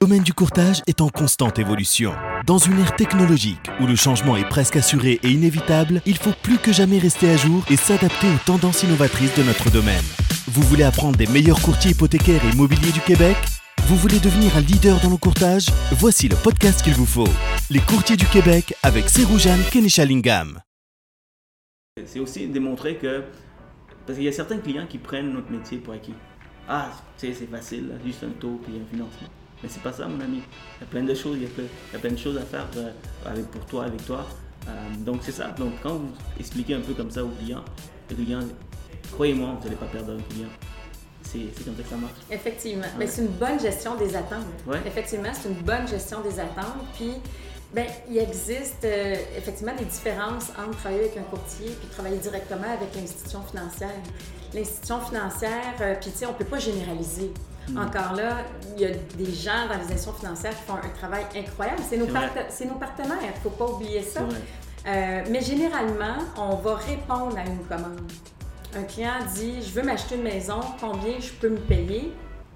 domaine du courtage est en constante évolution. Dans une ère technologique où le changement est presque assuré et inévitable, il faut plus que jamais rester à jour et s'adapter aux tendances innovatrices de notre domaine. Vous voulez apprendre des meilleurs courtiers hypothécaires et immobiliers du Québec? Vous voulez devenir un leader dans le courtage? Voici le podcast qu'il vous faut. Les courtiers du Québec avec Seroujane Kenishalingam. C'est aussi démontrer que, parce qu'il y a certains clients qui prennent notre métier pour acquis. Ah, tu sais, c'est facile, là, juste un taux puis un financement. Mais c'est pas ça, mon ami. Il y a plein de choses, il y a plein de choses à faire pour toi, avec toi. Donc c'est ça. Donc quand vous expliquez un peu comme ça aux clients, le client, croyez-moi, vous n'allez pas perdre un client. C'est comme ça que ça marche. Effectivement. Ouais. Mais c'est une bonne gestion des attentes. Ouais. Effectivement, c'est une bonne gestion des attentes. Puis, il existe effectivement des différences entre travailler avec un courtier et travailler directement avec l'institution financière. L'institution financière, puis tu sais, on ne peut pas généraliser. Encore là, il y a des gens dans les institutions financières qui font un travail incroyable. C'est nos partenaires, il ne faut pas oublier ça. Mais généralement, on va répondre à une commande. Un client dit « Je veux m'acheter une maison, combien je peux me payer? »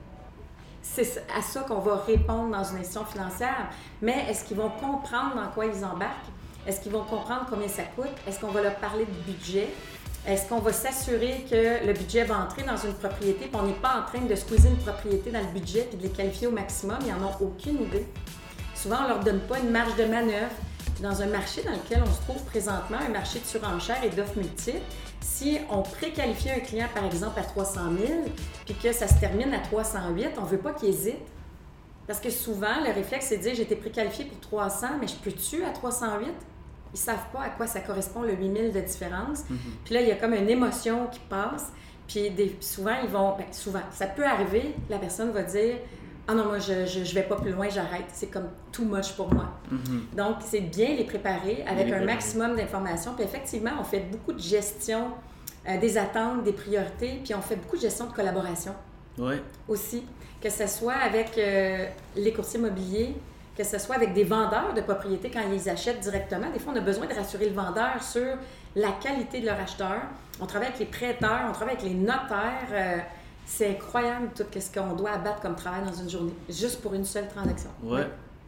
C'est à ça qu'on va répondre dans une institution financière. Mais est-ce qu'ils vont comprendre dans quoi ils embarquent? Est-ce qu'ils vont comprendre combien ça coûte? Est-ce qu'on va leur parler de budget? Est-ce qu'on va s'assurer que le budget va entrer dans une propriété et on n'est pas en train de squeezer une propriété dans le budget et de les qualifier au maximum? Ils n'en ont aucune idée. Souvent, on ne leur donne pas une marge de manœuvre. Dans un marché dans lequel on se trouve présentement, un marché de surenchère et d'offres multiples, si on préqualifie un client, par exemple, à 300 000 puis que ça se termine à 308, on ne veut pas qu'il hésite. Parce que souvent, le réflexe, c'est de dire « J'ai été préqualifié pour 300, mais je peux-tu à 308? » Ils ne savent pas à quoi ça correspond, le 8 000 de différence. Puis là, il y a comme une émotion qui passe. Puis souvent, ça peut arriver, la personne va dire « Ah non, moi, je ne vais pas plus loin, j'arrête. C'est comme too much pour moi. Donc, c'est bien les préparer avec un maximum d'informations. Puis effectivement, on fait beaucoup de gestion des attentes, des priorités, puis on fait beaucoup de gestion de collaboration aussi. Que ce soit avec les courtiers immobiliers, que ce soit avec des vendeurs de propriétés quand ils les achètent directement. Des fois, on a besoin de rassurer le vendeur sur la qualité de leur acheteur. On travaille avec les prêteurs, on travaille avec les notaires. C'est incroyable tout ce qu'on doit abattre comme travail dans une journée, juste pour une seule transaction. Ouais.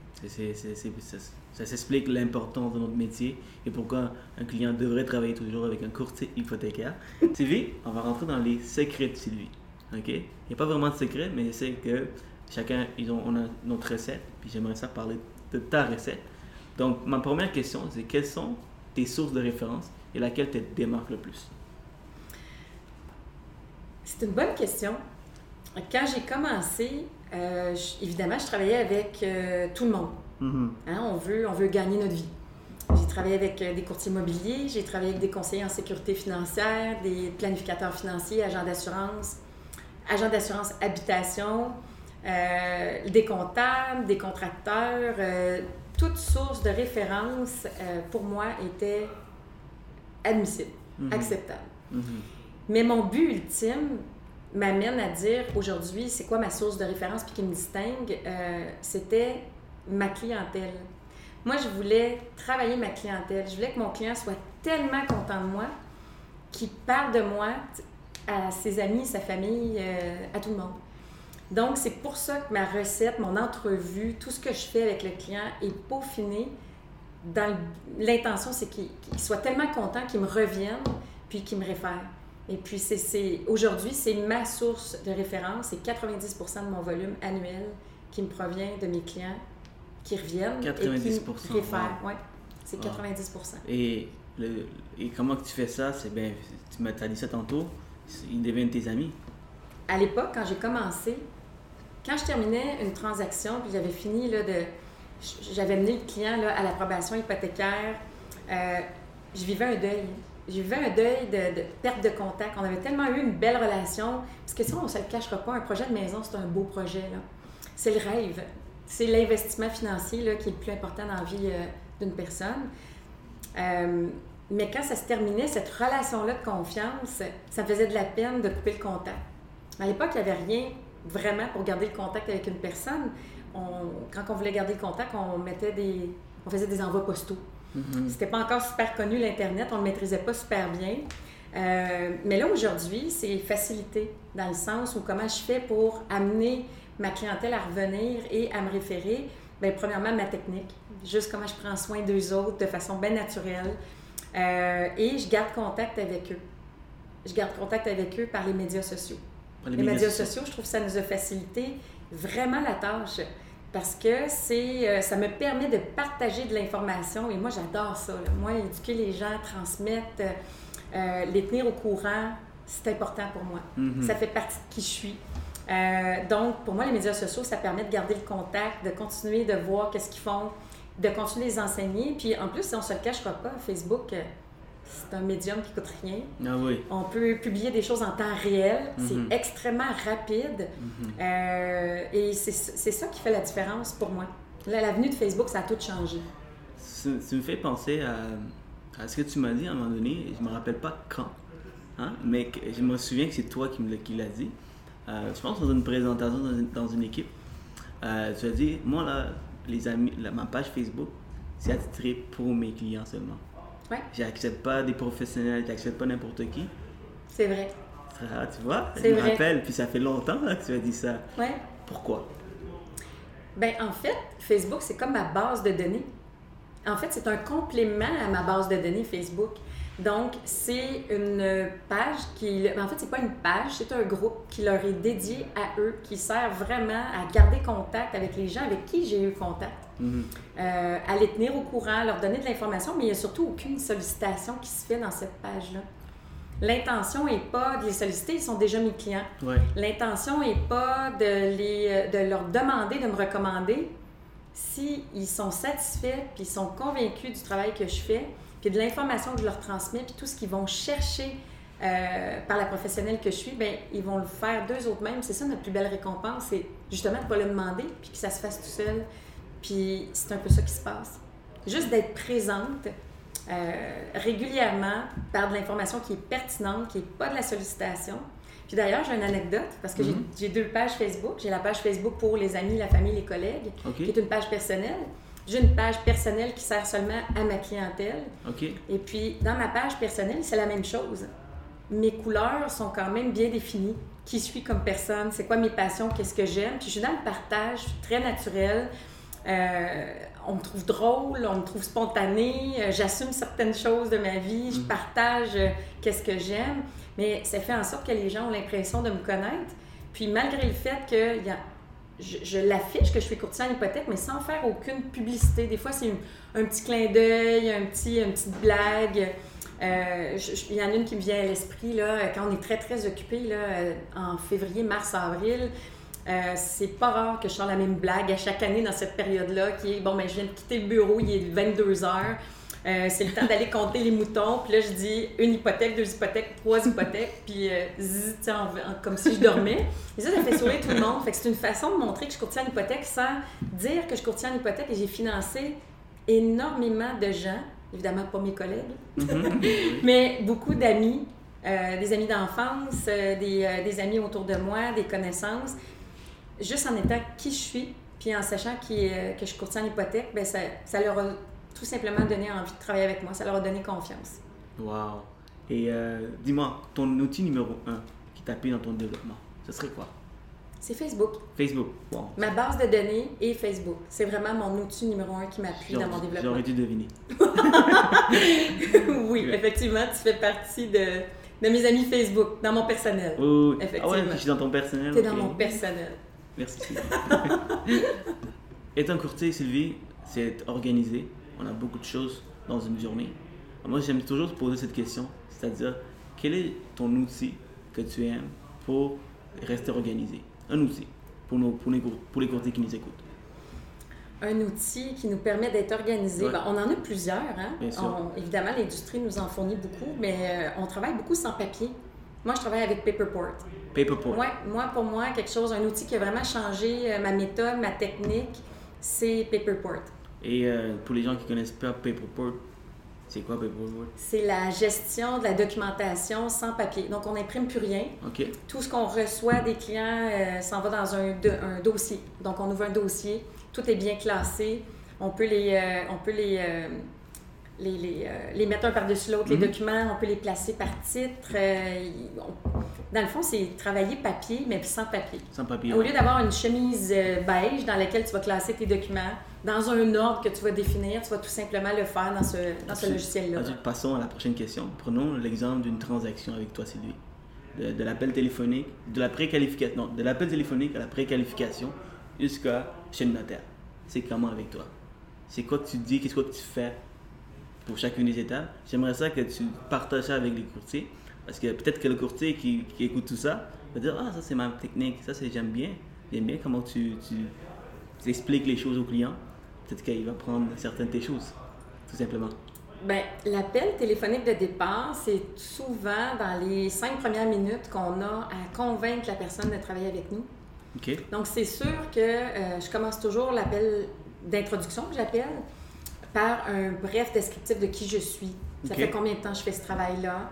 Ça s'explique l'importance de notre métier et pourquoi un client devrait travailler toujours avec un courtier hypothécaire. Sylvie, on va rentrer dans les secrets de Sylvie. OK? Il n'y a pas vraiment de secret, mais c'est que chacun, on a notre recette, puis j'aimerais ça parler de ta recette. Donc, ma première question, c'est quelles sont tes sources de référence et laquelle te démarque le plus? C'est une bonne question. Quand j'ai commencé, évidemment, je travaillais avec tout le monde. Hein, on veut gagner notre vie. J'ai travaillé avec des courtiers immobiliers, j'ai travaillé avec des conseillers en sécurité financière, des planificateurs financiers, agents d'assurance habitation, des comptables, des contracteurs. Toute source de référence, pour moi, était admissible, acceptable. Mais mon but ultime m'amène à dire aujourd'hui, c'est quoi ma source de référence puis qui me distingue, c'était ma clientèle. Moi, je voulais travailler ma clientèle. Je voulais que mon client soit tellement content de moi qu'il parle de moi à ses amis, sa famille, à tout le monde. Donc, c'est pour ça que ma recette, mon entrevue, tout ce que je fais avec le client est peaufiné. L'intention, c'est qu'il soit tellement content qu'il me revienne puis qu'il me réfère. Et puis, aujourd'hui, c'est ma source de référence. C'est 90% de mon volume annuel qui me provient de mes clients qui reviennent 90%, et qui me réfèrent. Oui, c'est 90%. Et comment que tu fais ça? Tu m'as dit ça tantôt, ils deviennent tes amis. À l'époque, quand j'ai commencé, quand je terminais une transaction, puis j'avais fini j'avais mené le client à l'approbation hypothécaire, je vivais un deuil. J'ai vu un deuil de perte de contact. On avait tellement eu une belle relation. Parce que ça, on ne se le cachera pas, un projet de maison, c'est un beau projet. Là. C'est le rêve. C'est l'investissement financier là, qui est le plus important dans la vie d'une personne. Mais quand ça se terminait, cette relation-là de confiance, ça me faisait de la peine de couper le contact. À l'époque, il n'y avait rien vraiment pour garder le contact avec une personne. Quand on voulait garder le contact, on faisait des envois postaux. C'était pas encore super connu, l'Internet, on ne le maîtrisait pas super bien. Mais là, aujourd'hui, c'est facilité, dans le sens où comment je fais pour amener ma clientèle à revenir et à me référer, bien, premièrement, ma technique, juste comment je prends soin d'eux autres de façon bien naturelle. Et je garde contact avec eux. Je garde contact avec eux par les médias sociaux. Les médias sociaux, je trouve que ça nous a facilité vraiment la tâche parce que ça me permet de partager de l'information et moi, j'adore ça. Là. Moi, éduquer les gens, transmettre, les tenir au courant, c'est important pour moi. Mm-hmm. Ça fait partie de qui je suis. Donc, pour moi, les médias sociaux, ça permet de garder le contact, de continuer de voir qu'est-ce qu'ils font, de continuer de les enseigner. Puis, en plus, si on ne se le cachera pas, Facebook, c'est un médium qui ne coûte rien. Ah oui. On peut publier des choses en temps réel. Mm-hmm. C'est extrêmement rapide. Mm-hmm. Et c'est ça qui fait la différence pour moi. Là, l'avenue de Facebook, ça a tout changé. Ça me fait penser à ce que tu m'as dit à un moment donné. Je ne me rappelle pas quand, hein, mais je me souviens que c'est toi qui l'as dit. Je pense dans une présentation dans une équipe. Tu as dit, moi, là, les amis, ma page Facebook, c'est attitré pour mes clients seulement. Ouais. J'accepte pas des professionnels, j'accepte pas n'importe qui. C'est vrai. Ah, tu vois, c'est je vrai. me rappelle, puis ça fait longtemps là, que tu as dit ça. Ouais. Pourquoi? Ben en fait, Facebook, c'est comme ma base de données. En fait, c'est un complément à ma base de données Facebook. Donc, c'est une page qui... En fait, c'est pas une page, c'est un groupe qui leur est dédié à eux, qui sert vraiment à garder contact avec les gens avec qui j'ai eu contact. Mm-hmm. À les tenir au courant, leur donner de l'information, mais il n'y a surtout aucune sollicitation qui se fait dans cette page-là. L'intention n'est pas de les solliciter, ils sont déjà mes clients. Ouais. L'intention n'est pas de leur demander de me recommander. S'ils sont satisfaits, puis ils sont convaincus du travail que je fais, puis de l'information que je leur transmets, puis tout ce qu'ils vont chercher par la professionnelle que je suis, bien, ils vont le faire d'eux autres mêmes. C'est ça notre plus belle récompense, c'est justement de ne pas le demander, puis que ça se fasse tout seul. Puis c'est un peu ça qui se passe. Juste d'être présente régulièrement par de l'information qui est pertinente, qui n'est pas de la sollicitation. Puis d'ailleurs, j'ai une anecdote, parce que j'ai 2 pages Facebook. J'ai la page Facebook pour les amis, la famille, les collègues, qui est une page personnelle. J'ai une page personnelle qui sert seulement à ma clientèle. Okay. Et puis, dans ma page personnelle, c'est la même chose. Mes couleurs sont quand même bien définies. Qui je suis comme personne, c'est quoi mes passions, qu'est-ce que j'aime. Puis je suis dans le partage très naturel. On me trouve drôle, on me trouve spontanée. J'assume certaines choses de ma vie. Je partage qu'est-ce que j'aime. Mais ça fait en sorte que les gens ont l'impression de me connaître. Puis malgré le fait que je l'affiche que je suis courtier en hypothèque, mais sans faire aucune publicité. Des fois, c'est un petit clin d'œil, une petite blague. Il y en a une qui me vient à l'esprit, là, quand on est très, très occupé, là, en février, mars, avril. C'est pas rare que je sors la même blague à chaque année dans cette période-là, qui est, bon, ben, je viens de quitter le bureau, il est 22 heures. C'est le temps d'aller compter les moutons. Puis là, je dis 1 hypothèque, 2 hypothèques, 3 hypothèques. Puis comme si je dormais. Et ça fait sourire tout le monde. Fait que c'est une façon de montrer que je courtier en hypothèque sans dire que je courtier en hypothèque. Et j'ai financé énormément de gens. Évidemment, pas mes collègues. Mais beaucoup d'amis. Des amis d'enfance, des amis autour de moi, des connaissances. Juste en étant qui je suis. Puis en sachant que je suis courtier en hypothèque, bien, ça leur a tout simplement donné envie de travailler avec moi. Ça leur a donné confiance. Wow! Et dis-moi, ton outil numéro 1 qui t'appuie dans ton développement, ce serait quoi? C'est Facebook. Facebook, wow. Ma base de données est Facebook. C'est vraiment mon outil numéro 1 qui m'appuie dans mon développement. J'aurais dû deviner. Oui, effectivement, tu fais partie de mes amis Facebook, dans mon personnel. Oh, effectivement. Ah ouais, je suis dans ton personnel. Tu es dans mon personnel. Merci, Sylvie. Être un courtier, Sylvie, c'est être organisé. On a beaucoup de choses dans une journée. Moi, j'aime toujours te poser cette question, c'est-à-dire, quel est ton outil que tu aimes pour rester organisé? Un outil pour les courtiers qui nous écoutent. Un outil qui nous permet d'être organisé. Ouais. Ben, on en a plusieurs. Hein? Bien sûr. Évidemment, l'industrie nous en fournit beaucoup, mais on travaille beaucoup sans papier. Moi, je travaille avec Paperport. Paperport. Ouais, pour moi, un outil qui a vraiment changé ma méthode, ma technique, c'est Paperport. Et pour les gens qui ne connaissent pas Paperport, c'est quoi Paperport? C'est la gestion de la documentation sans papier. Donc, on n'imprime plus rien. OK. Tout ce qu'on reçoit des clients s'en va dans un dossier. Donc, on ouvre un dossier. Tout est bien classé. On peut les les mettre un par-dessus l'autre. Les documents, on peut les placer par titre. Dans le fond, c'est travailler papier, mais sans papier. Sans papier. Au lieu d'avoir une chemise beige dans laquelle tu vas classer tes documents, dans un ordre que tu vas définir, tu vas tout simplement le faire dans ce logiciel-là. Passons à la prochaine question. Prenons l'exemple d'une transaction avec toi, Sylvie. De l'appel téléphonique, de l'appel téléphonique à la préqualification jusqu'à chez le notaire. C'est comment avec toi? C'est quoi que tu dis? Qu'est-ce que tu fais pour chacune des étapes? J'aimerais ça que tu partages ça avec les courtiers, parce que peut-être que le courtier qui écoute tout ça va dire « Ah, ça c'est ma technique, ça j'aime bien comment tu expliques les choses au client. » Peut-être qu'il va prendre certaines de tes choses, tout simplement. Bien, l'appel téléphonique de départ, c'est souvent dans les 5 premières minutes qu'on a à convaincre la personne de travailler avec nous. Okay. Donc, c'est sûr que je commence toujours l'appel d'introduction, que j'appelle, par un bref descriptif de qui je suis. Ça fait combien de temps je fais ce travail-là.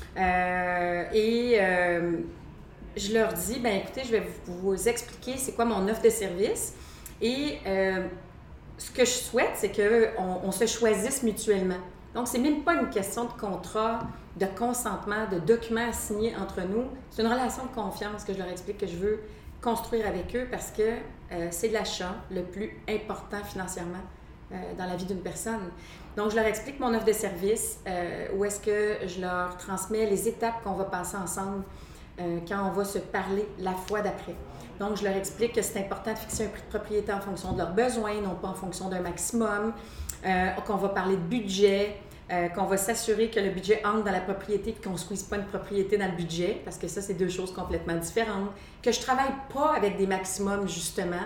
Je leur dis, bien écoutez, je vais vous expliquer c'est quoi mon offre de service. Et ce que je souhaite, c'est qu'on se choisisse mutuellement. Donc, c'est même pas une question de contrat, de consentement, de documents à signer entre nous. C'est une relation de confiance que je leur explique que je veux construire avec eux parce que c'est l'achat le plus important financièrement dans la vie d'une personne. Donc, je leur explique mon offre de service, où est-ce que je leur transmets les étapes qu'on va passer ensemble quand on va se parler la fois d'après. Donc, je leur explique que c'est important de fixer un prix de propriété en fonction de leurs besoins, non pas en fonction d'un maximum, qu'on va parler de budget, qu'on va s'assurer que le budget entre dans la propriété et qu'on ne squeeze pas une propriété dans le budget, parce que ça, c'est deux choses complètement différentes, que je ne travaille pas avec des maximums, justement,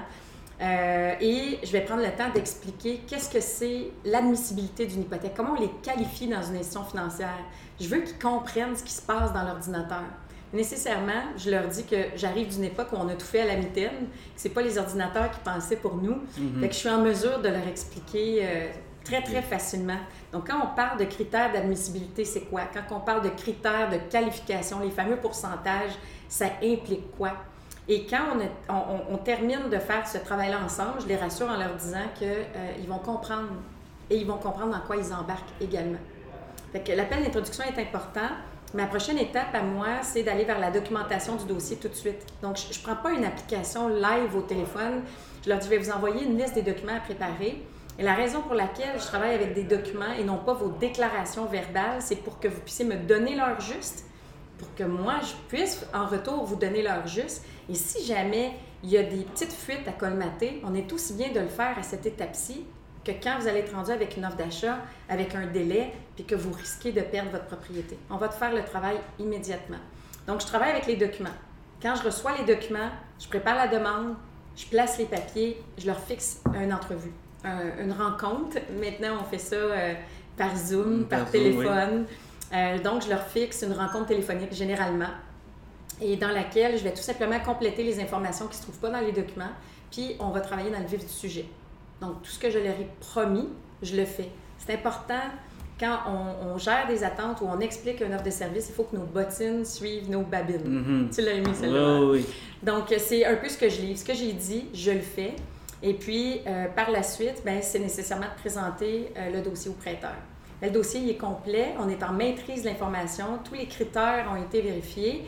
et je vais prendre le temps d'expliquer qu'est-ce que c'est l'admissibilité d'une hypothèque, comment on les qualifie dans une institution financière. Je veux qu'ils comprennent ce qui se passe dans l'ordinateur. Nécessairement, je leur dis que j'arrive d'une époque où on a tout fait à la mitaine, que ce n'est pas les ordinateurs qui pensaient pour nous. Fait que je suis en mesure de leur expliquer très, très facilement. Donc, quand on parle de critères d'admissibilité, c'est quoi? Quand on parle de critères de qualification, les fameux pourcentages, ça implique quoi? Et quand on termine de faire ce travail-là ensemble, je les rassure en leur disant qu'ils vont comprendre et ils vont comprendre dans quoi ils embarquent également. Fait que l'appel d'introduction est important. Ma prochaine étape à moi, c'est d'aller vers la documentation du dossier tout de suite. Donc, je ne prends pas une application live au téléphone. Je leur dis, je vais vous envoyer une liste des documents à préparer. Et la raison pour laquelle je travaille avec des documents et non pas vos déclarations verbales, c'est pour que vous puissiez me donner l'heure juste, pour que moi, je puisse en retour vous donner l'heure juste. Et si jamais il y a des petites fuites à colmater, on est aussi bien de le faire à cette étape-ci que quand vous allez être rendu avec une offre d'achat, avec un délai, puis que vous risquez de perdre votre propriété. On va te faire le travail immédiatement. Donc, je travaille avec les documents. Quand je reçois les documents, je prépare la demande, je place les papiers, je leur fixe une entrevue, une rencontre. Maintenant, on fait ça par Zoom, par téléphone. Oui. Donc, je leur fixe une rencontre téléphonique généralement et dans laquelle je vais tout simplement compléter les informations qui ne se trouvent pas dans les documents, puis on va travailler dans le vif du sujet. Donc, tout ce que je leur ai promis, je le fais. C'est important, quand on gère des attentes ou on explique une offre de service, il faut que nos bottines suivent nos babines. Tu l'as mis, celle-là? Oui. Donc, c'est un peu ce que je livre. Ce que j'ai dit, je le fais. Et puis, par la suite, c'est nécessairement de présenter le dossier au prêteur. Le dossier il est complet, on est en maîtrise de l'information, tous les critères ont été vérifiés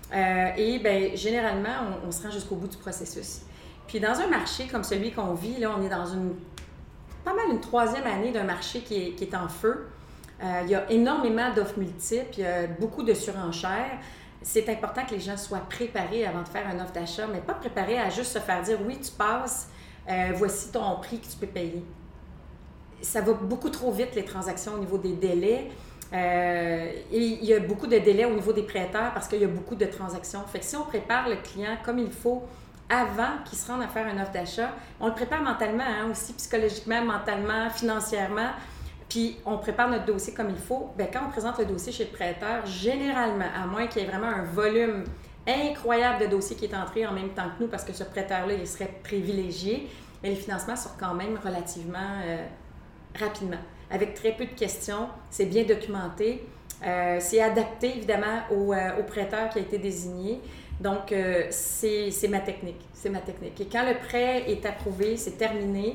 et généralement, on se rend jusqu'au bout du processus. Puis dans un marché comme celui qu'on vit, là, on est dans pas mal une 3e année d'un marché qui est en feu. Il y a énormément d'offres multiples, il y a beaucoup de surenchères. C'est important que les gens soient préparés avant de faire une offre d'achat, mais pas préparés à juste se faire dire « oui, tu passes, voici ton prix que tu peux payer ». Ça va beaucoup trop vite, les transactions au niveau des délais. Et il y a beaucoup de délais au niveau des prêteurs parce qu'il y a beaucoup de transactions. Fait que si on prépare le client comme il faut avant qu'il se rende à faire une offre d'achat, on le prépare mentalement, aussi psychologiquement, mentalement, financièrement, puis on prépare notre dossier comme il faut. Quand on présente le dossier chez le prêteur, généralement, à moins qu'il y ait vraiment un volume incroyable de dossiers qui est entré en même temps que nous parce que ce prêteur-là, il serait privilégié, mais les financements sortent quand même relativement rapidement. Avec très peu de questions, c'est bien documenté. C'est adapté, évidemment, au prêteur qui a été désigné. Donc, c'est ma technique. C'est ma technique. Et quand le prêt est approuvé, c'est terminé,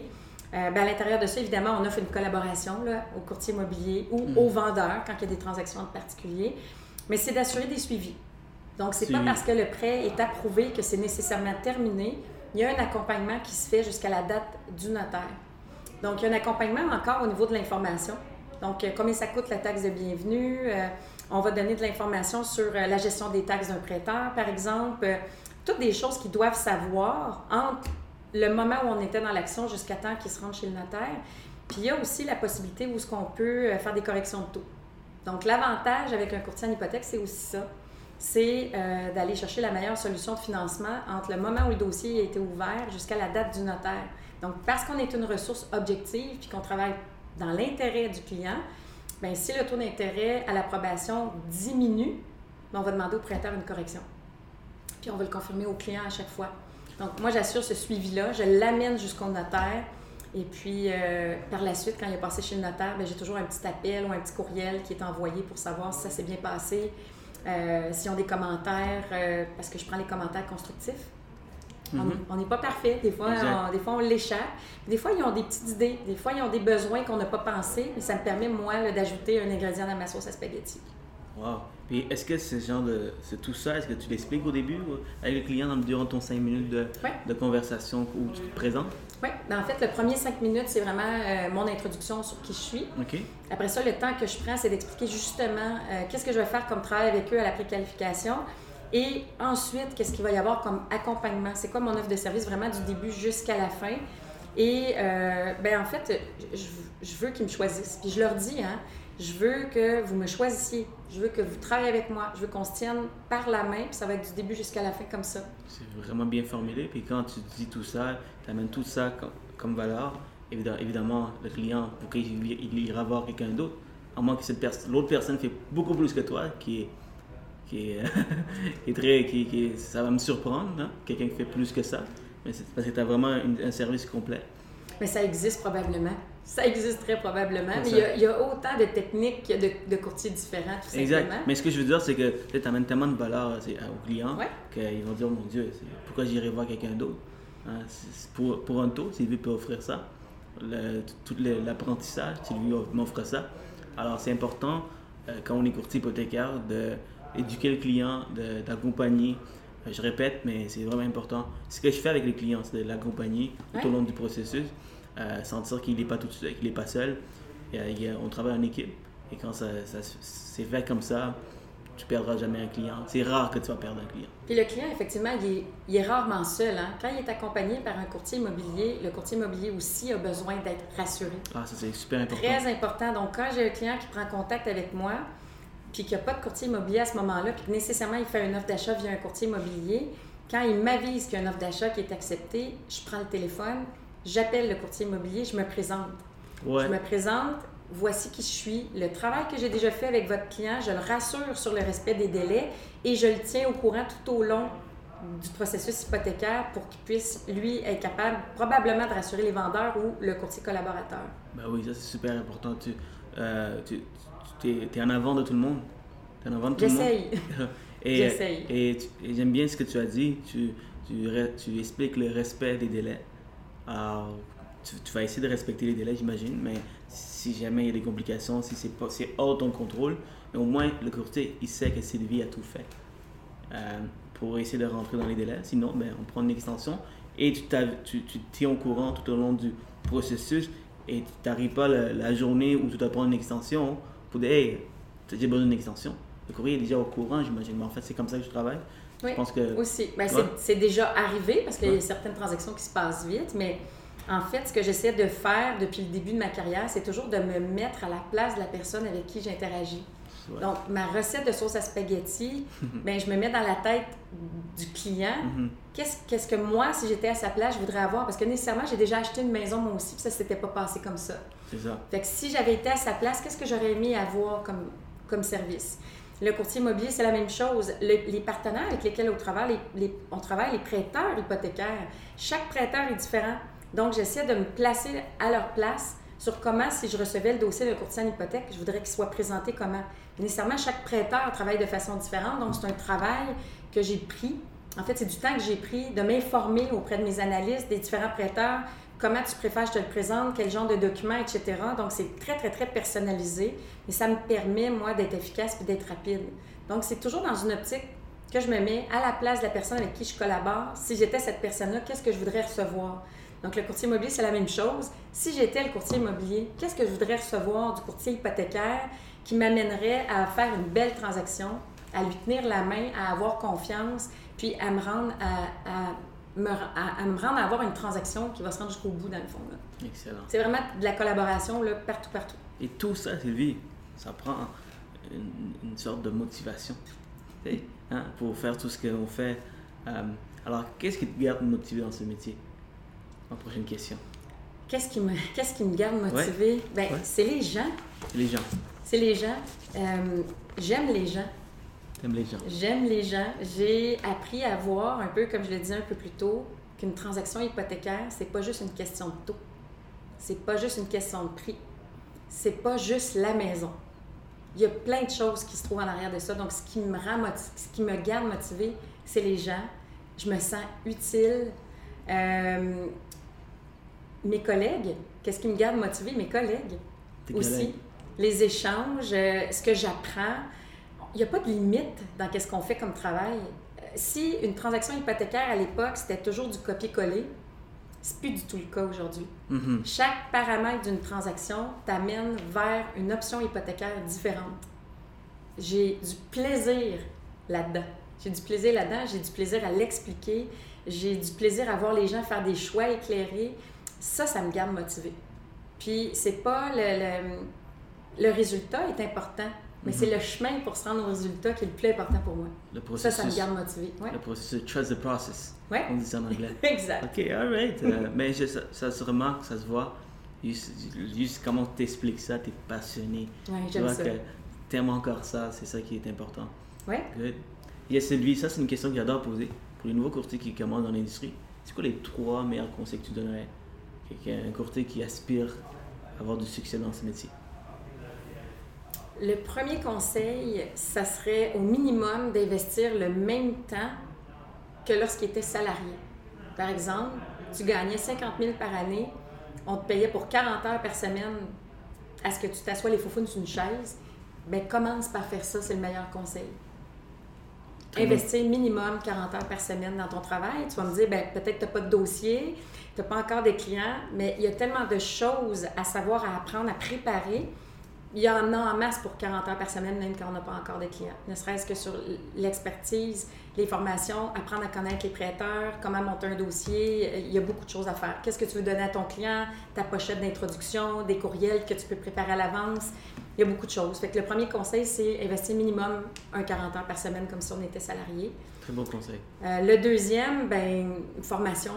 À l'intérieur de ça, évidemment, on offre une collaboration là, au courtier immobilier ou au vendeur quand il y a des transactions entre particuliers. Mais c'est d'assurer des suivis. Donc, c'est pas parce que le prêt est approuvé que c'est nécessairement terminé. Il y a un accompagnement qui se fait jusqu'à la date du notaire. Donc, il y a un accompagnement encore au niveau de l'information. Donc, combien ça coûte la taxe de bienvenue? On va donner de l'information sur la gestion des taxes d'un prêteur, par exemple. Toutes des choses qu'ils doivent savoir entre le moment où on était dans l'action jusqu'à temps qu'ils se rendent chez le notaire. Puis, il y a aussi la possibilité où est-ce qu'on peut faire des corrections de taux. Donc, l'avantage avec un courtier en hypothèque, c'est aussi ça. C'est d'aller chercher la meilleure solution de financement entre le moment où le dossier a été ouvert jusqu'à la date du notaire. Donc, parce qu'on est une ressource objective puis qu'on travaille dans l'intérêt du client, bien, si le taux d'intérêt à l'approbation diminue, bien, on va demander au prêteur une correction. Puis, on va le confirmer au client à chaque fois. Donc, moi, j'assure ce suivi-là. Je l'amène jusqu'au notaire. Et puis, par la suite, quand il est passé chez le notaire, bien, j'ai toujours un petit appel ou un petit courriel qui est envoyé pour savoir si ça s'est bien passé, s'ils ont des commentaires, parce que je prends les commentaires constructifs. On n'est pas parfait. Des fois, on l'échappe. Des fois, ils ont des petites idées. Des fois, ils ont des besoins qu'on n'a pas pensé. Mais ça me permet, moi, là, d'ajouter un ingrédient dans ma sauce à spaghetti. Wow! Puis, est-ce que c'est tout ça, est-ce que tu l'expliques au début avec le client durant ton 5 minutes de conversation où tu te présentes? Oui. En fait, le premier 5 minutes, c'est vraiment mon introduction sur qui je suis. OK. Après ça, le temps que je prends, c'est d'expliquer justement qu'est-ce que je vais faire comme travail avec eux à la préqualification. Et ensuite, qu'est-ce qu'il va y avoir comme accompagnement? C'est quoi mon offre de service vraiment du début jusqu'à la fin? Et en fait, je veux qu'ils me choisissent. Puis je leur dis, je veux que vous me choisissiez. Je veux que vous travaillez avec moi. Je veux qu'on se tienne par la main. Puis ça va être du début jusqu'à la fin comme ça. C'est vraiment bien formulé. Puis quand tu dis tout ça, tu amènes tout ça comme valeur. Évidemment, le client, pour qu'il ira voir quelqu'un d'autre, à moins que l'autre personne fait beaucoup plus que toi, ça va me surprendre, quelqu'un qui fait plus que ça, mais c'est parce que tu as vraiment un service complet. Mais ça existe probablement. Ça existerait probablement, mais il y a autant de techniques de courtiers différents, tout simplement. Exact. Mais ce que je veux dire, c'est que tu amènes tellement de valeur aux clients qu'ils vont dire, oh mon Dieu, pourquoi j'irai voir quelqu'un d'autre? Pour un taux, si lui peut offrir ça, tout l'apprentissage, si lui m'offre ça. Alors c'est important, quand on est courtier hypothécaire, d'éduquer le client, d'accompagner. Je répète, mais c'est vraiment important. Ce que je fais avec les clients, c'est de l'accompagner tout au long du processus, sentir qu'il n'est pas tout seul, qu'il n'est pas seul. On travaille en équipe. Et quand c'est fait comme ça, tu ne perdras jamais un client. C'est rare que tu vas perdre un client. Puis le client, effectivement, il est rarement seul. Quand il est accompagné par un courtier immobilier, le courtier immobilier aussi a besoin d'être rassuré. Ah, ça c'est super important. Très important. Donc, quand j'ai un client qui prend contact avec moi, puis qu'il n'y a pas de courtier immobilier à ce moment-là, puis que nécessairement il fait une offre d'achat via un courtier immobilier, quand il m'avise qu'il y a une offre d'achat qui est acceptée, je prends le téléphone, j'appelle le courtier immobilier, je me présente. Ouais. Je me présente, voici qui je suis. Le travail que j'ai déjà fait avec votre client, je le rassure sur le respect des délais et je le tiens au courant tout au long du processus hypothécaire pour qu'il puisse, lui, être capable probablement de rassurer les vendeurs ou le courtier collaborateur. Ben oui, ça c'est super important. Tu es en avant de tout le monde. T'es en avant de tout le monde. J'essaye. Et j'aime bien ce que tu as dit. Tu expliques le respect des délais. Alors, tu vas essayer de respecter les délais, j'imagine, mais si jamais il y a des complications, si c'est hors ton contrôle, mais au moins le courtier, il sait que Sylvie a tout fait pour essayer de rentrer dans les délais. Sinon, on prend une extension et tu te tiens au courant tout au long du processus et tu n'arrives pas la journée où tu dois prendre une extension pour dire « Hey, j'ai besoin d'une extension ». Le courrier est déjà au courant, j'imagine, mais en fait, c'est comme ça que je travaille. Oui, je pense que... aussi. C'est déjà arrivé parce qu'il y a certaines transactions qui se passent vite, mais en fait, ce que j'essaie de faire depuis le début de ma carrière, c'est toujours de me mettre à la place de la personne avec qui j'interagis. Ouais. Donc, ma recette de sauce à spaghetti, je me mets dans la tête du client. Qu'est-ce que moi, si j'étais à sa place, je voudrais avoir? Parce que nécessairement, j'ai déjà acheté une maison moi aussi, puis ça ne s'était pas passé comme ça. C'est ça. Fait que si j'avais été à sa place, qu'est-ce que j'aurais aimé avoir comme service? Le courtier immobilier, c'est la même chose. Les partenaires avec lesquels on travaille, les prêteurs hypothécaires, chaque prêteur est différent. Donc, j'essaie de me placer à leur place sur comment, si je recevais le dossier d'un courtier en hypothèque, je voudrais qu'il soit présenté comment. Nécessairement, chaque prêteur travaille de façon différente. Donc, c'est un travail que j'ai pris. En fait, c'est du temps que j'ai pris de m'informer auprès de mes analystes, des différents prêteurs, comment tu préfères que je te le présente, quel genre de document, etc. Donc, c'est très, très, très personnalisé. Et ça me permet, moi, d'être efficace et d'être rapide. Donc, c'est toujours dans une optique que je me mets à la place de la personne avec qui je collabore. Si j'étais cette personne-là, qu'est-ce que je voudrais recevoir? Donc, le courtier immobilier, c'est la même chose. Si j'étais le courtier immobilier, qu'est-ce que je voudrais recevoir du courtier hypothécaire qui m'amènerait à faire une belle transaction, à lui tenir la main, à avoir confiance, puis à me rendre à avoir une transaction qui va se rendre jusqu'au bout, dans le fond. Là. Excellent. C'est vraiment de la collaboration là, partout. Et tout ça, Sylvie, ça prend une sorte de motivation pour faire tout ce qu'on fait. Alors, qu'est-ce qui te garde motivé dans ce métier? Ma prochaine question. Qu'est-ce qui me garde motivée? Ouais. C'est les gens. Les gens. C'est les gens. J'aime les gens. T'aimes les gens? J'aime les gens. J'ai appris à voir, un peu comme je le disais un peu plus tôt, qu'une transaction hypothécaire, c'est pas juste une question de taux. C'est pas juste une question de prix. C'est pas juste la maison. Il y a plein de choses qui se trouvent en arrière de ça. Donc, ce qui me garde motivée, c'est les gens. Je me sens utile. Mes collègues, qu'est-ce qui me garde motivée? Mes collègues aussi. Collègues. Les échanges, ce que j'apprends. Il n'y a pas de limite dans ce qu'on fait comme travail. Si une transaction hypothécaire à l'époque, c'était toujours du copier-coller, c'est plus du tout le cas aujourd'hui. Mm-hmm. Chaque paramètre d'une transaction t'amène vers une option hypothécaire différente. J'ai du plaisir là-dedans. J'ai du plaisir à l'expliquer. J'ai du plaisir à voir les gens faire des choix éclairés. Ça me garde motivée. Puis, c'est pas le résultat est important, mais c'est le chemin pour se rendre au résultat qui est le plus important pour moi. Le processus. Ça me garde motivée. Ouais. Le processus, trust the process. Ouais. On dit ça en anglais. Exact. OK, all right. Mais ça se remarque, ça se voit. Juste comment tu expliques ça, tu es passionné. Oui, j'aime ça. Tu aimes encore ça, c'est ça qui est important. Oui. Good. Yes, Sylvie, ça c'est une question que j'adore poser. Pour les nouveaux courtiers qui commencent dans l'industrie, c'est quoi les 3 meilleurs conseils que tu donnerais à un courtier qui aspire à avoir du succès dans ce métier? Le premier conseil, ça serait au minimum d'investir le même temps que lorsqu'il était salarié. Par exemple, tu gagnais 50 000 par année, on te payait pour 40 heures par semaine à ce que tu t'assoies les foufounes sur une chaise. Bien, commence par faire ça, c'est le meilleur conseil. Investir minimum 40 heures par semaine dans ton travail. Tu vas me dire, bien, peut-être que tu n'as pas de dossier, tu n'as pas encore des clients, mais il y a tellement de choses à savoir, à apprendre, à préparer. Il y en a en masse pour 40 heures par semaine, même quand on n'a pas encore de clients. Ne serait-ce que sur l'expertise, les formations, apprendre à connaître les prêteurs, comment monter un dossier. Il y a beaucoup de choses à faire. Qu'est-ce que tu veux donner à ton client? Ta pochette d'introduction, des courriels que tu peux préparer à l'avance. Il y a beaucoup de choses. Fait que le premier conseil, c'est investir minimum 40 heures par semaine comme si on était salarié. Très bon conseil. Le deuxième, formation.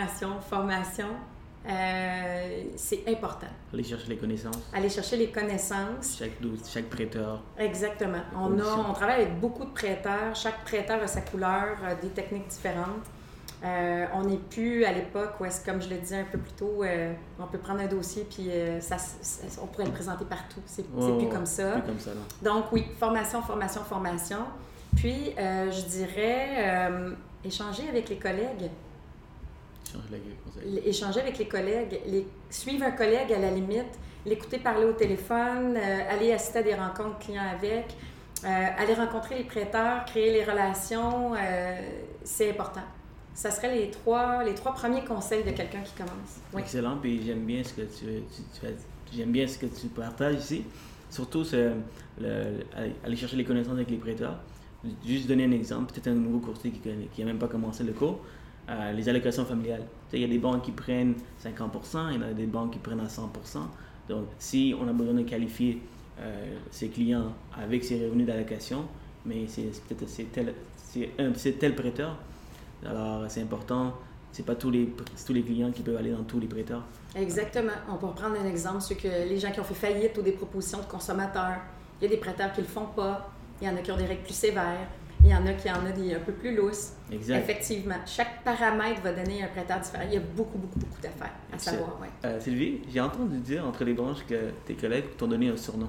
C'est important. Aller chercher les connaissances. Chaque prêteur. Exactement. On travaille avec beaucoup de prêteurs. Chaque prêteur a sa couleur, des techniques différentes. On n'est plus à l'époque où, comme je le disais un peu plus tôt, on peut prendre un dossier puis on pourrait le présenter partout. C'est plus comme ça. Plus comme ça, non. Donc oui, formation. Puis, je dirais échanger avec les collègues. Échanger avec les collègues, suivre un collègue à la limite, l'écouter parler au téléphone, aller assister à des rencontres clients avec, aller rencontrer les prêteurs, créer les relations, c'est important. Ça serait les trois premiers conseils de quelqu'un qui commence. Oui. Excellent, puis j'aime bien ce que j'aime bien ce que tu partages ici. Surtout, aller chercher les connaissances avec les prêteurs. Juste donner un exemple, peut-être un nouveau courtier qui n'a même pas commencé le cours. Les allocations familiales. Il y a des banques qui prennent 50%, il y en a des banques qui prennent à 100%. Donc, si on a besoin de qualifier ses clients avec ses revenus d'allocation, mais c'est tel prêteur, alors c'est important. C'est pas tous les clients qui peuvent aller dans tous les prêteurs. Exactement. On peut prendre un exemple sur les gens qui ont fait faillite ou des propositions de consommateurs. Il y a des prêteurs qui le font pas. Il y en a qui ont des règles plus sévères. Il y en a qui en ont des un peu plus lousses. Exact. Effectivement. Chaque paramètre va donner un prêteur différent. Il y a beaucoup d'affaires à savoir. Ouais. Sylvie, j'ai entendu dire entre les branches que tes collègues t'ont donné un surnom.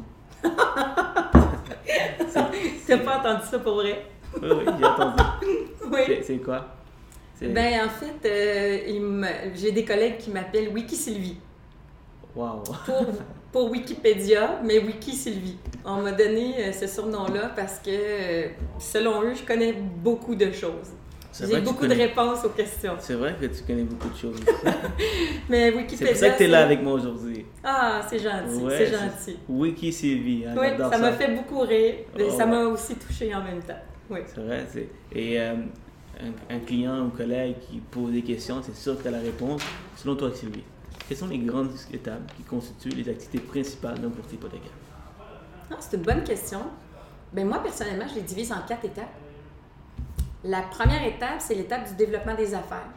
T'as pas entendu ça pour vrai? Oui, j'ai entendu. Oui. C'est quoi? Ben, en fait, j'ai des collègues qui m'appellent Wiki-Sylvie. Wow! Pour Wikipédia, mais Wiki-Sylvie. On m'a donné ce surnom-là parce que, selon eux, je connais beaucoup de choses. J'ai beaucoup de réponses aux questions. C'est vrai que tu connais beaucoup de choses. Mais Wikipédia... C'est pour ça que tu es là avec moi aujourd'hui. Ah, c'est gentil, ouais, c'est gentil. Wiki-Sylvie, oui, ça m'a fait beaucoup rire, mais ça m'a aussi touché en même temps. Oui. C'est vrai, et un client ou collègue qui pose des questions, c'est sûr que tu as la réponse. Selon toi, Sylvie, quelles sont les grandes étapes qui constituent les activités principales d'un courtier hypothécaire? Ah, c'est une bonne question. Bien, moi, personnellement, je les divise en 4 étapes. La première étape, c'est l'étape du développement des affaires,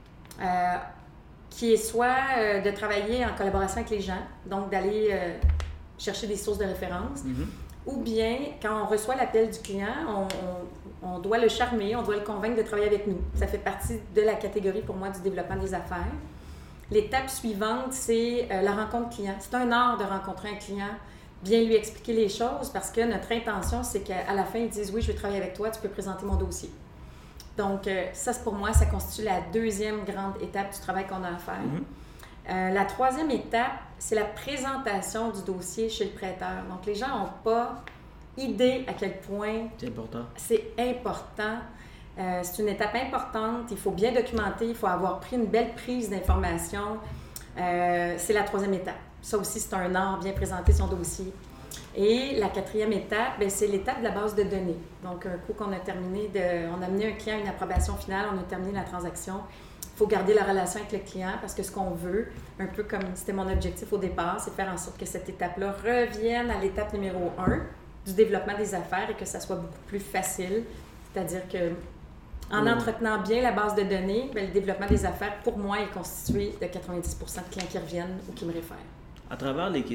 qui est soit de travailler en collaboration avec les gens, donc d'aller chercher des sources de référence, ou bien, quand on reçoit l'appel du client, on doit le charmer, on doit le convaincre de travailler avec nous. Ça fait partie de la catégorie, pour moi, du développement des affaires. L'étape suivante, c'est la rencontre client. C'est un art de rencontrer un client, bien lui expliquer les choses, parce que notre intention, c'est qu'à la fin, ils disent « Oui, je veux travailler avec toi, tu peux présenter mon dossier ». Donc, ça, pour moi, ça constitue la deuxième grande étape du travail qu'on a à faire. La troisième étape, c'est la présentation du dossier chez le prêteur. Donc, les gens n'ont pas idée à quel point c'est important. C'est important. C'est une étape importante. Il faut bien documenter. Il faut avoir pris une belle prise d'information. C'est la troisième étape. Ça aussi, c'est un art, bien présenter son dossier. Et la quatrième étape, bien, c'est l'étape de la base de données. Donc, un coup qu'on a terminé, on a amené un client à une approbation finale, on a terminé la transaction. Il faut garder la relation avec le client parce que ce qu'on veut, un peu comme c'était mon objectif au départ, c'est faire en sorte que cette étape-là revienne à l'étape numéro 1 du développement des affaires et que ça soit beaucoup plus facile. C'est-à-dire que en entretenant bien la base de données, bien, le développement des affaires, pour moi, est constitué de 90% de clients qui reviennent ou qui me réfèrent. À travers les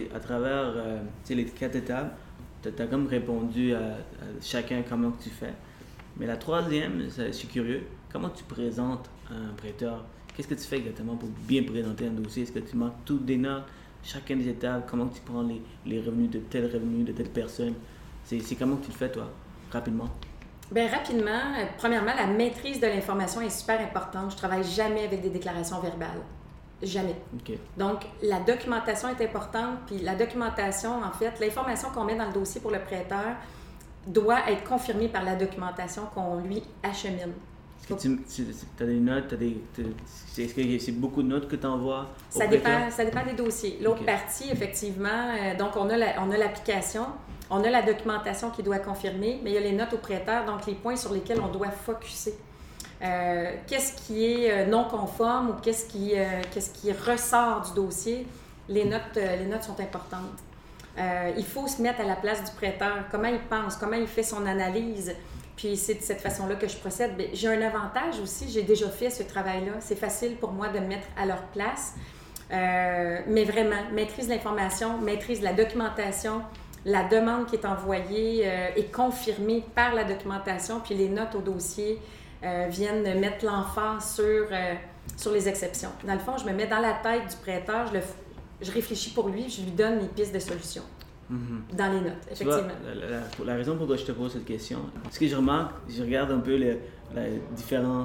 4 étapes, tu as comme répondu à chacun comment tu fais. Mais la troisième, je suis curieux, comment tu présentes un prêteur? Qu'est-ce que tu fais exactement pour bien présenter un dossier? Est-ce que tu marques toutes des notes, chacune des étapes? Comment tu prends les revenus de telle personne? C'est comment que tu le fais, toi, rapidement? Bien, rapidement, premièrement, la maîtrise de l'information est super importante. Je ne travaille jamais avec des déclarations verbales. Jamais. Okay. Donc, la documentation est importante. Puis la documentation, en fait, l'information qu'on met dans le dossier pour le prêteur doit être confirmée par la documentation qu'on lui achemine. Est-ce que tu as des notes? Est-ce que c'est beaucoup de notes que tu envoies au prêteur? Ça dépend des dossiers. L'autre partie, effectivement, donc on a l'application, on a la documentation qui doit confirmer, mais il y a les notes au prêteur, donc les points sur lesquels on doit focusser. Qu'est-ce qui est non conforme ou qu'est-ce qui ressort du dossier, les notes sont importantes. Il faut se mettre à la place du prêteur, comment il pense, comment il fait son analyse, puis c'est de cette façon-là que je procède. Bien, j'ai un avantage aussi, j'ai déjà fait ce travail-là, c'est facile pour moi de me mettre à leur place, mais vraiment, maîtrise l'information, maîtrise la documentation, la demande qui est envoyée est confirmée par la documentation, puis les notes au dossier viennent mettre l'emphase sur les exceptions. Dans le fond, je me mets dans la tête du prêteur, je réfléchis pour lui, je lui donne les pistes de solutions dans les notes, effectivement. Tu vois, la raison pour laquelle je te pose cette question, ce que je remarque, je regarde un peu les différentes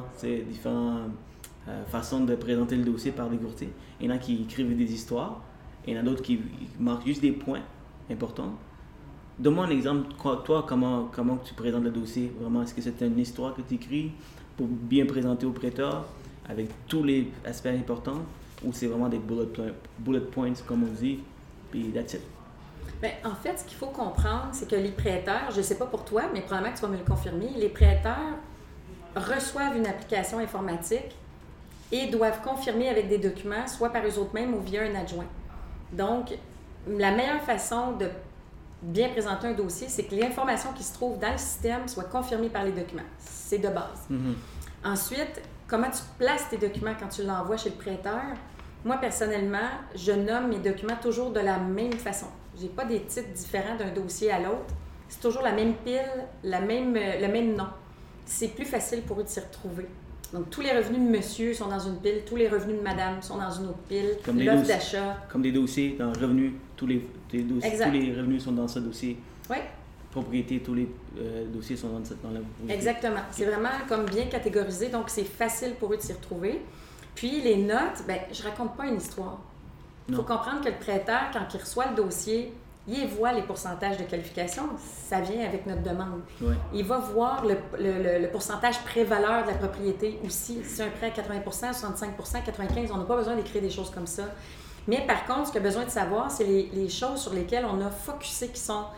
façons de présenter le dossier par des courtiers. Il y en a qui écrivent des histoires, et il y en a d'autres qui marquent juste des points importants. Donne-moi un exemple, toi, comment tu présentes le dossier? Vraiment, est-ce que c'est une histoire que tu écris pour bien présenter au prêteur avec tous les aspects importants ou c'est vraiment des bullet points, comme on dit, puis that's it? Bien, en fait, ce qu'il faut comprendre, c'est que les prêteurs, je ne sais pas pour toi, mais probablement que tu vas me le confirmer, les prêteurs reçoivent une application informatique et doivent confirmer avec des documents, soit par eux-mêmes ou via un adjoint. Donc, la meilleure façon de bien présenter un dossier, c'est que l'information qui se trouve dans le système soit confirmée par les documents. C'est de base. Ensuite, comment tu places tes documents quand tu l'envoies chez le prêteur? Moi, personnellement, je nomme mes documents toujours de la même façon. Je n'ai pas des titres différents d'un dossier à l'autre. C'est toujours la même pile, le même nom. C'est plus facile pour eux de s'y retrouver. Donc, tous les revenus de monsieur sont dans une pile, tous les revenus de madame sont dans une autre pile, l'offre d'achat. Comme des dossiers dans revenus, tous les revenus sont dans ce dossier. Oui. propriété, tous les dossiers sont dans la propriété. Exactement. C'est vraiment comme bien catégorisé, donc c'est facile pour eux de s'y retrouver. Puis les notes, ben je raconte pas une histoire. Il faut comprendre que le prêteur, quand il reçoit le dossier, il voit les pourcentages de qualification, ça vient avec notre demande. Ouais. Il va voir le pourcentage pré-valeur de la propriété aussi. Si c'est un prêt à 80 65 95 on n'a pas besoin d'écrire des choses comme ça. Mais par contre, ce qu'il a besoin de savoir, c'est les choses sur lesquelles on a focusé qui sont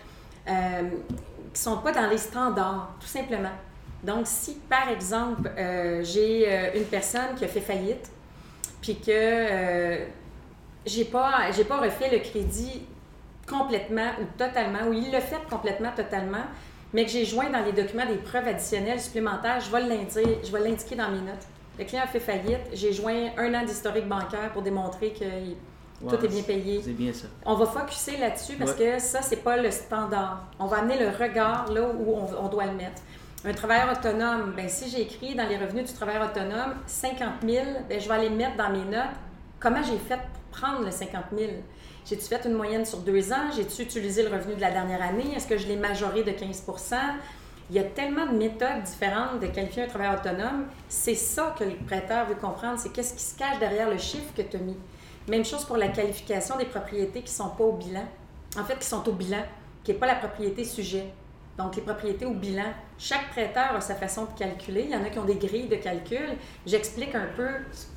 pas dans les standards, tout simplement. Donc, si, par exemple, j'ai une personne qui a fait faillite, puis que j'ai pas refait le crédit complètement ou totalement, ou il l'a fait complètement, totalement, mais que j'ai joint dans les documents des preuves additionnelles supplémentaires, je vais l'indiquer dans mes notes. Le client a fait faillite, j'ai joint 1 an d'historique bancaire pour démontrer que tout est bien payé. C'est bien ça. On va focusser là-dessus parce que ça, c'est pas le standard. On va amener le regard là où on doit le mettre. Un travailleur autonome, bien, si j'ai écrit dans les revenus du travailleur autonome 50 000, bien, je vais aller mettre dans mes notes comment j'ai fait pour prendre le 50 000. J'ai-tu fait une moyenne sur 2 ans? J'ai-tu utilisé le revenu de la dernière année? Est-ce que je l'ai majoré de 15 %? Il y a tellement de méthodes différentes de qualifier un travailleur autonome. C'est ça que le prêteur veut comprendre, c'est qu'est-ce qui se cache derrière le chiffre que tu as mis. Même chose pour la qualification des propriétés qui ne sont pas au bilan. En fait, qui sont au bilan, qui n'est pas la propriété sujet. Donc, les propriétés au bilan. Chaque prêteur a sa façon de calculer. Il y en a qui ont des grilles de calcul. J'explique un peu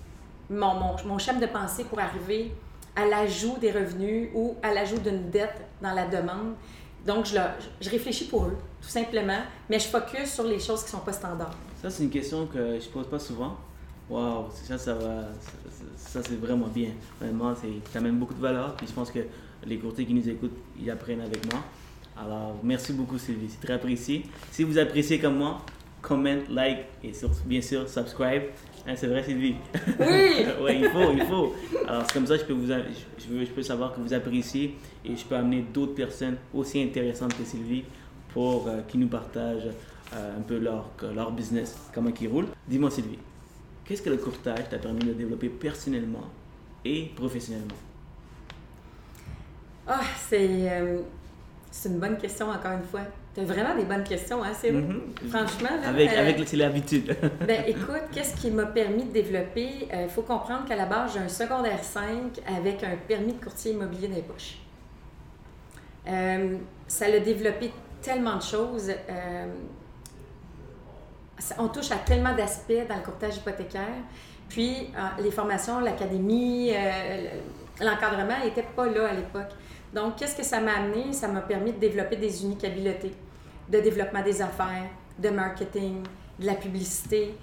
mon schéma de pensée pour arriver à l'ajout des revenus ou à l'ajout d'une dette dans la demande. Donc, je réfléchis pour eux, tout simplement, mais je focus sur les choses qui ne sont pas standards. Ça, c'est une question que je ne pose pas souvent. Wow, ça c'est vraiment bien. Vraiment, ça amène beaucoup de valeur. Puis je pense que les courtiers qui nous écoutent, ils apprennent avec moi. Alors, merci beaucoup, Sylvie. C'est très apprécié. Si vous appréciez comme moi, comment, like et bien sûr, subscribe. Hein, c'est vrai, Sylvie? Oui! Oui, il faut. Alors, c'est comme ça que je peux savoir que vous appréciez et je peux amener d'autres personnes aussi intéressantes que Sylvie pour qui nous partagent un peu leur business, comment ils roulent. Dis-moi, Sylvie, qu'est-ce que le courtage t'a permis de développer personnellement et professionnellement? Ah, c'est une bonne question, encore une fois. Tu as vraiment des bonnes questions, hein, c'est franchement. Là, c'est l'habitude. Ben, écoute, qu'est-ce qui m'a permis de développer? Il faut comprendre qu'à la base, j'ai un secondaire 5 avec un permis de courtier immobilier dans les poches. Ça l'a développé tellement de choses. On touche à tellement d'aspects dans le courtage hypothécaire. Puis, les formations, l'académie, l'encadrement n'était pas là à l'époque. Donc, qu'est-ce que ça m'a amené? Ça m'a permis de développer des uniques habiletés, de développement des affaires, de marketing, de la publicité,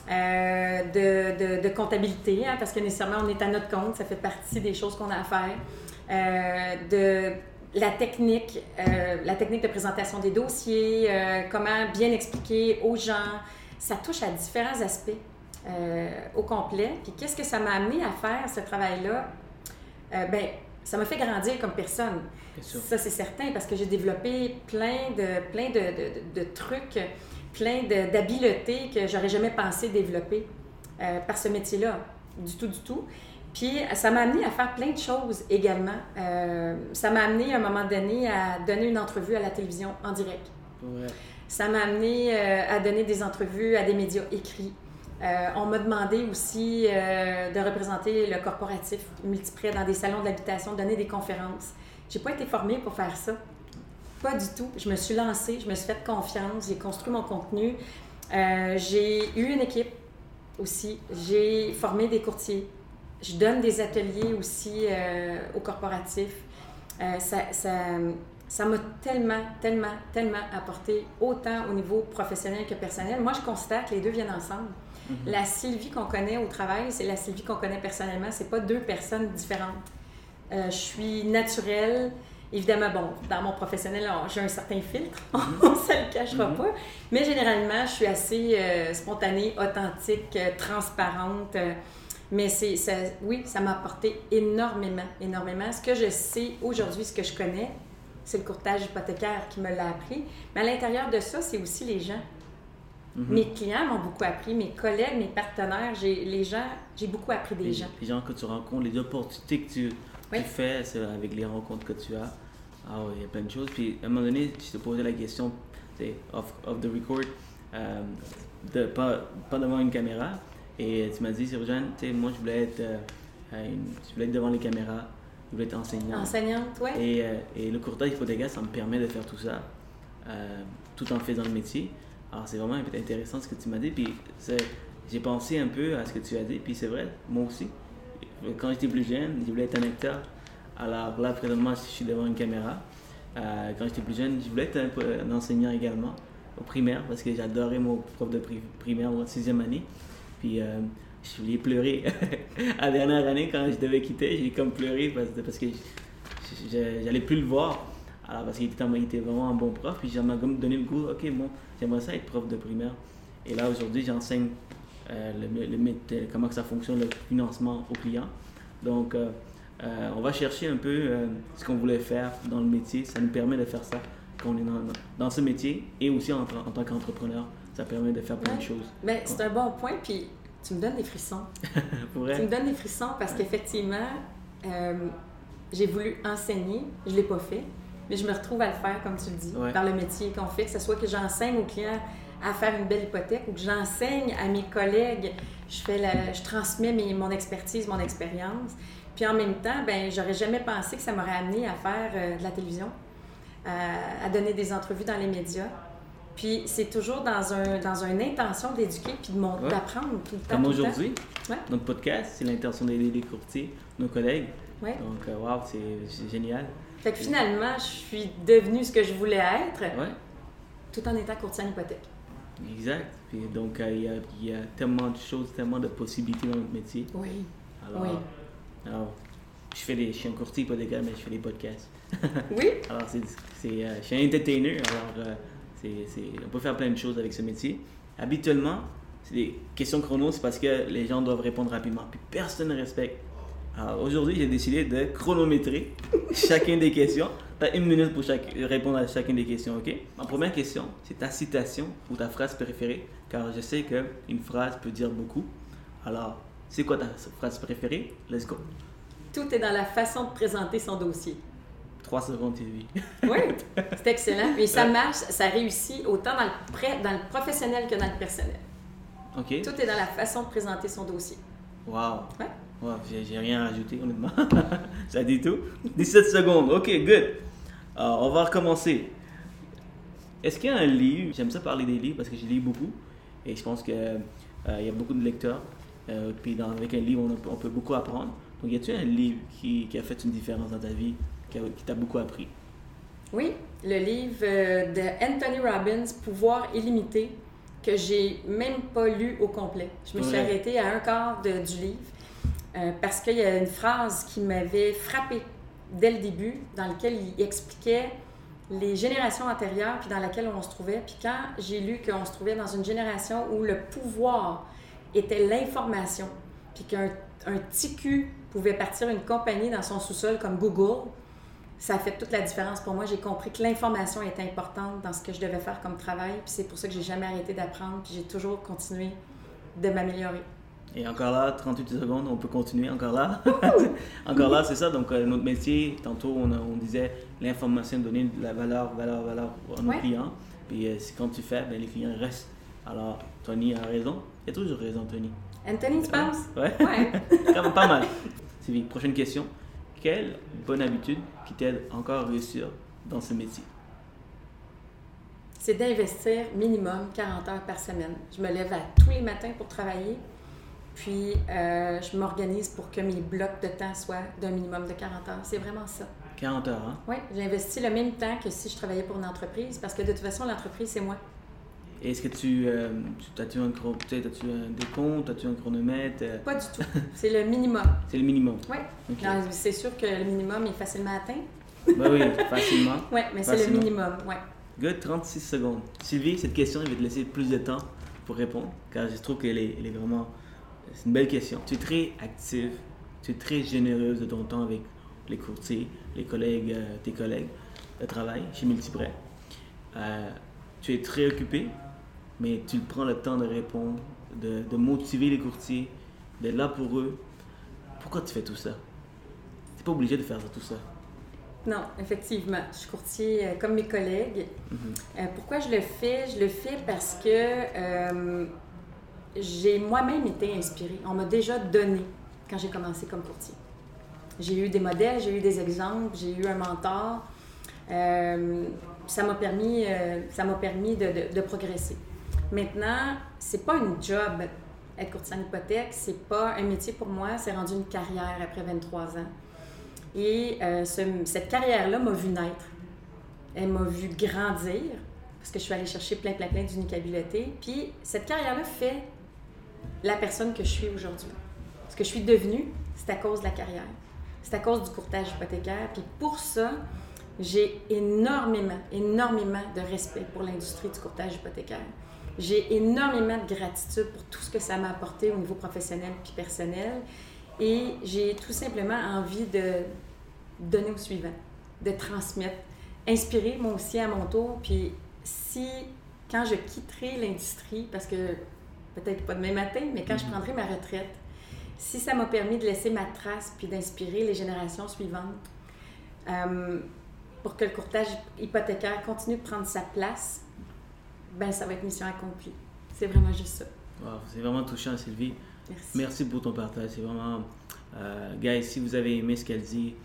de comptabilité, hein, parce que nécessairement, on est à notre compte, ça fait partie des choses qu'on a à faire, de la technique de présentation des dossiers, comment bien expliquer aux gens. Ça touche à différents aspects au complet. Puis, qu'est-ce que ça m'a amené à faire, ce travail-là? Ça m'a fait grandir comme personne. Ça, c'est certain, parce que j'ai développé plein de trucs, plein d'habiletés que j'aurais jamais pensé développer par ce métier-là, du tout. Puis, ça m'a amené à faire plein de choses également. Ça m'a amené, à un moment donné, à donner une entrevue à la télévision en direct. Ouais. Ça m'a amené à donner des entrevues à des médias écrits. On m'a demandé aussi de représenter le corporatif multiprêt dans des salons de l'habitation, donner des conférences. J'ai pas été formée pour faire ça. Pas du tout. Je me suis lancée, je me suis fait confiance, j'ai construit mon contenu. J'ai eu une équipe aussi. J'ai formé des courtiers. Je donne des ateliers aussi au corporatif. Ça m'a tellement apporté, autant au niveau professionnel que personnel. Moi, je considère que les deux viennent ensemble. Mm-hmm. La Sylvie qu'on connaît au travail, c'est la Sylvie qu'on connaît personnellement. C'est pas deux personnes différentes. Je suis naturelle. Évidemment, bon, dans mon professionnel, j'ai un certain filtre. On ne se le cachera pas. Mais généralement, je suis assez spontanée, authentique, transparente. Mais oui, ça m'a apporté énormément. Ce que je sais aujourd'hui, ce que je connais, c'est le courtage hypothécaire qui me l'a appris. Mais à l'intérieur de ça, c'est aussi les gens. Mm-hmm. Mes clients m'ont beaucoup appris, mes collègues, mes partenaires, j'ai beaucoup appris des gens. Les gens que tu rencontres, les opportunités que tu fais avec les rencontres que tu as, Ah oui, il y a plein de choses. Puis à un moment donné, je te posais la question, off the record, pas devant une caméra. Et tu m'as dit, Sirjane, moi je voulais être devant les caméras, je voulais être enseignante. Enseignante, oui. Et le courtage hypothécaire, ça me permet de faire tout ça, tout en faisant le métier. Alors c'est vraiment intéressant ce que tu m'as dit. Puis j'ai pensé un peu à ce que tu as dit, puis c'est vrai, moi aussi. Quand j'étais plus jeune, je voulais être un acteur. Alors là, présentement, je suis devant une caméra. Quand j'étais plus jeune, je voulais être un enseignant également, au primaire, parce que j'adorais mon prof de primaire en 6e année. Puis je voulais pleurer. À la dernière année, quand je devais quitter, j'ai comme pleuré parce que j'allais plus le voir. Alors, parce qu'il était vraiment un bon prof, puis ça m'a donné le goût, ok, bon, j'aimerais ça être prof de primaire. Et là, aujourd'hui, j'enseigne comment que ça fonctionne, le financement aux clients. Donc, on va chercher un peu ce qu'on voulait faire dans le métier. Ça nous permet de faire ça quand on est dans ce métier et aussi en tant qu'entrepreneur. Ça permet de faire plein de choses. Ben, c'est un bon point, puis tu me donnes des frissons. Pour vrai? Tu me donnes des frissons parce qu'effectivement, j'ai voulu enseigner, je ne l'ai pas fait, mais je me retrouve à le faire, comme tu le dis, par le métier qu'on fait, que ce soit que j'enseigne aux clients à faire une belle hypothèque ou que j'enseigne à mes collègues, je transmets mon expertise, mon expérience. Puis en même temps, ben, j'aurais jamais pensé que ça m'aurait amené à faire de la télévision, à donner des entrevues dans les médias. Puis c'est toujours dans une intention d'éduquer puis d'apprendre tout le temps. Comme aujourd'hui, notre podcast, c'est l'intention d'aider les courtiers, nos collègues. Ouais. Donc, wow, c'est génial. Fait que finalement, je suis devenue ce que je voulais être, tout en étant courtier en hypothèque. Exact. Puis donc, il y a tellement de choses, tellement de possibilités dans notre métier. Oui. Alors, je suis un courtier hypothécaire, mais je fais des podcasts. Oui. Alors, je suis un entertainer. Alors, on peut faire plein de choses avec ce métier. Habituellement, c'est des questions chrono, c'est parce que les gens doivent répondre rapidement. Puis personne ne respecte. Alors, aujourd'hui, j'ai décidé de chronométrer chacune des questions. Tu as 1 minute pour répondre à chacune des questions, OK? Ma première question, c'est ta citation ou ta phrase préférée, car je sais qu'une phrase peut dire beaucoup. Alors, c'est quoi ta phrase préférée? Let's go. Tout est dans la façon de présenter son dossier. 3 secondes, Sylvie. Oui, c'est excellent. Et ça marche, ça réussit autant dans le professionnel que dans le personnel. OK. Tout est dans la façon de présenter son dossier. Wow. Ouais. Wow, j'ai rien à rajouter, honnêtement. Ça dit tout. 17 secondes. OK, good. On va recommencer. Est-ce qu'il y a un livre, j'aime ça parler des livres parce que je lis beaucoup et je pense qu'il y a beaucoup de lecteurs. Puis avec un livre, on peut beaucoup apprendre. Donc, y a-t-il un livre qui a fait une différence dans ta vie, qui t'a beaucoup appris? Oui, le livre de Anthony Robbins, Pouvoir illimité, que j'ai même pas lu au complet. Je me suis arrêtée à un quart du livre parce qu'il y a une phrase qui m'avait frappée dès le début, dans laquelle il expliquait les générations antérieures puis dans laquelle on se trouvait. Puis quand j'ai lu qu'on se trouvait dans une génération où le pouvoir était l'information, puis qu'un TQ pouvait partir une compagnie dans son sous-sol comme Google, ça a fait toute la différence pour moi. J'ai compris que l'information était importante dans ce que je devais faire comme travail, puis c'est pour ça que j'ai jamais arrêté d'apprendre, puis j'ai toujours continué de m'améliorer. Et encore là, 38 secondes, on peut continuer encore là. Encore là, c'est ça. Donc, notre métier, tantôt, on disait l'information, donner de la valeur à nos clients. Puis, quand tu fais, ben, les clients restent. Alors, Tony a raison. Il a toujours raison, Tony. Anthony, tu penses? Ouais. Quand même pas mal. Sylvie, prochaine question. Quelle bonne habitude qui t'aide encore à réussir dans ce métier? C'est d'investir minimum 40 heures par semaine. Je me lève tous les matins pour travailler. Puis, je m'organise pour que mes blocs de temps soient d'un minimum de 40 heures. C'est vraiment ça. 40 heures, hein? Oui, j'investis le même temps que si je travaillais pour une entreprise parce que de toute façon, l'entreprise, c'est moi. Et est-ce que as-tu un décompte, as-tu un chronomètre? Pas du tout. C'est le minimum. C'est le minimum? Oui. Okay. C'est sûr que le minimum est facilement atteint. Ben oui, facilement. Oui, mais c'est le minimum, oui. Good, 36 secondes. Sylvie, cette question, je vais te laisser plus de temps pour répondre, car je trouve qu'elle est vraiment... C'est une belle question. Tu es très active, tu es très généreuse de ton temps avec les courtiers, les collègues, tes collègues de travail chez Multiprêt. Tu es très occupé, mais tu prends le temps de répondre, de motiver les courtiers, d'être là pour eux. Pourquoi tu fais tout ça? Tu n'es pas obligé de faire tout ça. Non, effectivement. Je suis courtier comme mes collègues. Pourquoi je le fais? Je le fais parce que j'ai moi-même été inspirée. On m'a déjà donné quand j'ai commencé comme courtier. J'ai eu des modèles, j'ai eu des exemples, j'ai eu un mentor. Ça m'a permis de progresser. Maintenant, c'est pas une job être courtier en hypothèque, c'est pas un métier pour moi, c'est rendu une carrière après 23 ans. Et cette carrière-là m'a vu naître. Elle m'a vu grandir parce que je suis allée chercher plein d'unique-habileté. Puis cette carrière-là fait la personne que je suis aujourd'hui. Ce que je suis devenue, c'est à cause de la carrière. C'est à cause du courtage hypothécaire. Puis pour ça, j'ai énormément de respect pour l'industrie du courtage hypothécaire. J'ai énormément de gratitude pour tout ce que ça m'a apporté au niveau professionnel puis personnel. Et j'ai tout simplement envie de donner au suivant, de transmettre, inspirer moi aussi à mon tour. Puis quand je quitterai l'industrie, parce que peut-être pas demain matin, mais quand je prendrai ma retraite, si ça m'a permis de laisser ma trace puis d'inspirer les générations suivantes pour que le courtage hypothécaire continue de prendre sa place, ben ça va être mission accomplie. C'est vraiment juste ça. Wow, c'est vraiment touchant, Sylvie. Merci pour ton partage. C'est vraiment... guys, si vous avez aimé ce qu'elle dit,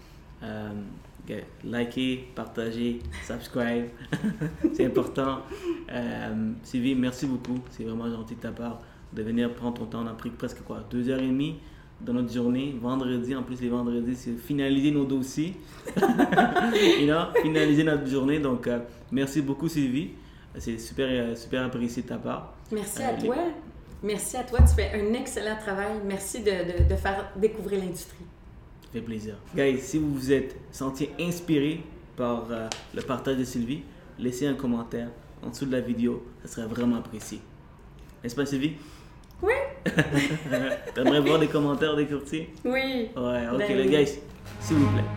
likez, partagez, subscribe. C'est important. Sylvie, merci beaucoup. C'est vraiment gentil de ta part de venir prendre ton temps. On a pris presque 2h30 dans notre journée. Vendredi, en plus les vendredis, c'est finaliser nos dossiers. Finaliser notre journée. Donc, merci beaucoup, Sylvie. C'est super apprécié de ta part. Merci à toi. Merci à toi. Tu fais un excellent travail. Merci de faire découvrir l'industrie. Ça fait plaisir. Guys, si vous vous êtes senti inspiré par le partage de Sylvie, laissez un commentaire en dessous de la vidéo. Ça serait vraiment apprécié. N'est-ce pas, Sylvie? Oui. T'aimerais voir des commentaires des courtiers? Oui. Ouais, ok, les guys, s'il vous plaît.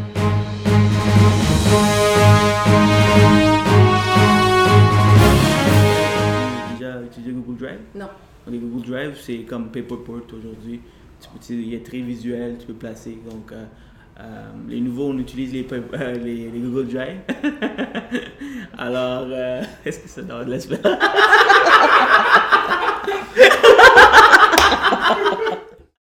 Déjà utilisé Google Drive? Non. Les Google Drive, c'est comme Paperport aujourd'hui. Il est très visuel, tu peux placer. Donc, les nouveaux, on utilise les Google Drive. Alors, est-ce que ça donne de l'espoir?